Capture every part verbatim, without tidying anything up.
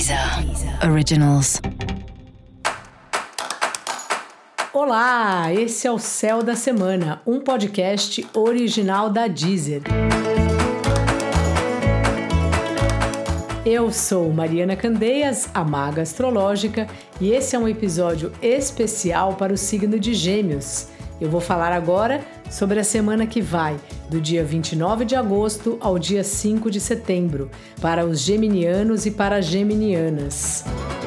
Deezer Originals. Olá, esse é o Céu da Semana, um podcast original da Deezer. Eu sou Mariana Candeias, a maga astrológica, e esse é um episódio especial para o signo de Gêmeos. Eu vou falar agora sobre a semana que vai, do dia vinte e nove de agosto ao dia cinco de setembro, para os geminianos e para as geminianas.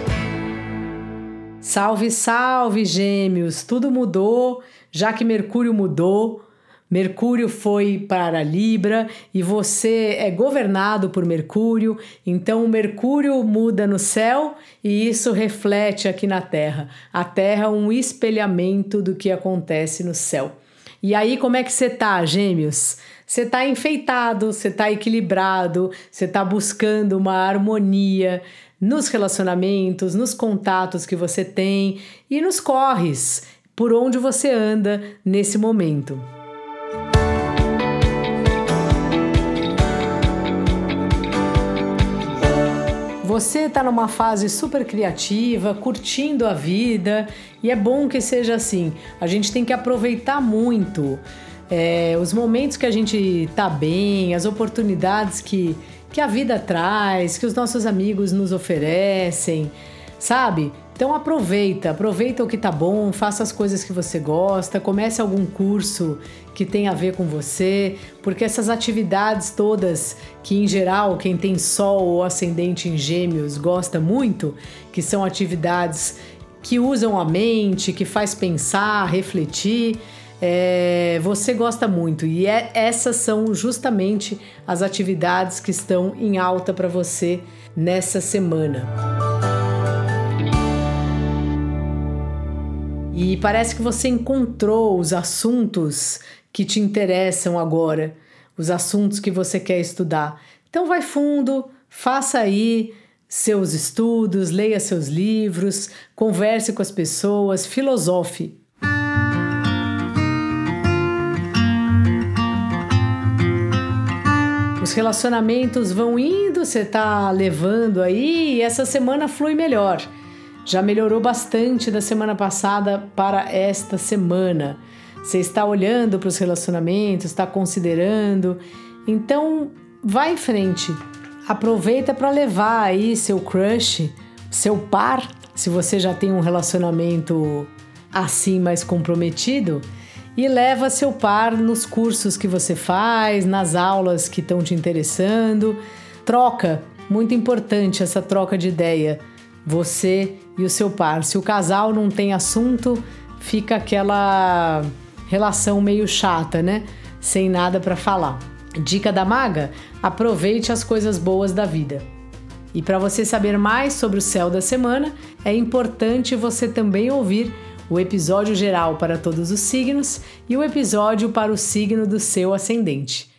Salve, salve, Gêmeos! Tudo mudou, já que Mercúrio mudou. Mercúrio foi para Libra e você é governado por Mercúrio, então o Mercúrio muda no céu e isso reflete aqui na Terra. A Terra é um espelhamento do que acontece no céu. E aí, como é que você tá, Gêmeos? Você tá enfeitado, você tá equilibrado, você tá buscando uma harmonia nos relacionamentos, nos contatos que você tem e nos corres, por onde você anda nesse momento. Você está numa fase super criativa, curtindo a vida, e é bom que seja assim. A gente tem que aproveitar muito é, os momentos que a gente tá bem, as oportunidades que, que a vida traz, que os nossos amigos nos oferecem, sabe? Então aproveita, aproveita o que tá bom, faça as coisas que você gosta, comece algum curso que tem a ver com você, porque essas atividades todas que em geral quem tem Sol ou Ascendente em Gêmeos gosta muito, que são atividades que usam a mente, que faz pensar, refletir, é, você gosta muito e é, essas são justamente as atividades que estão em alta para você nessa semana. E parece que você encontrou os assuntos que te interessam agora, os assuntos que você quer estudar. Então vai fundo, faça aí seus estudos, leia seus livros, converse com as pessoas, filosofe. Os relacionamentos vão indo, você está levando aí e essa semana flui melhor. Já melhorou bastante da semana passada para esta semana. Você está olhando para os relacionamentos, está considerando. Então, vai em frente. Aproveita para levar aí seu crush, seu par, se você já tem um relacionamento assim mais comprometido, e leva seu par nos cursos que você faz, nas aulas que estão te interessando. Troca, muito importante essa troca de ideia. Você e o seu par. Se o casal não tem assunto, fica aquela relação meio chata, né? Sem nada para falar. Dica da maga? Aproveite as coisas boas da vida. E para você saber mais sobre o céu da semana, é importante você também ouvir o episódio geral para todos os signos e o episódio para o signo do seu ascendente.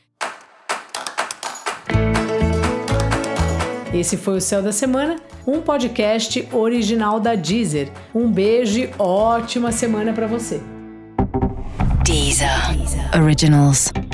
Esse foi o Céu da Semana, um podcast original da Deezer. Um beijo e ótima semana para você. Deezer Originals.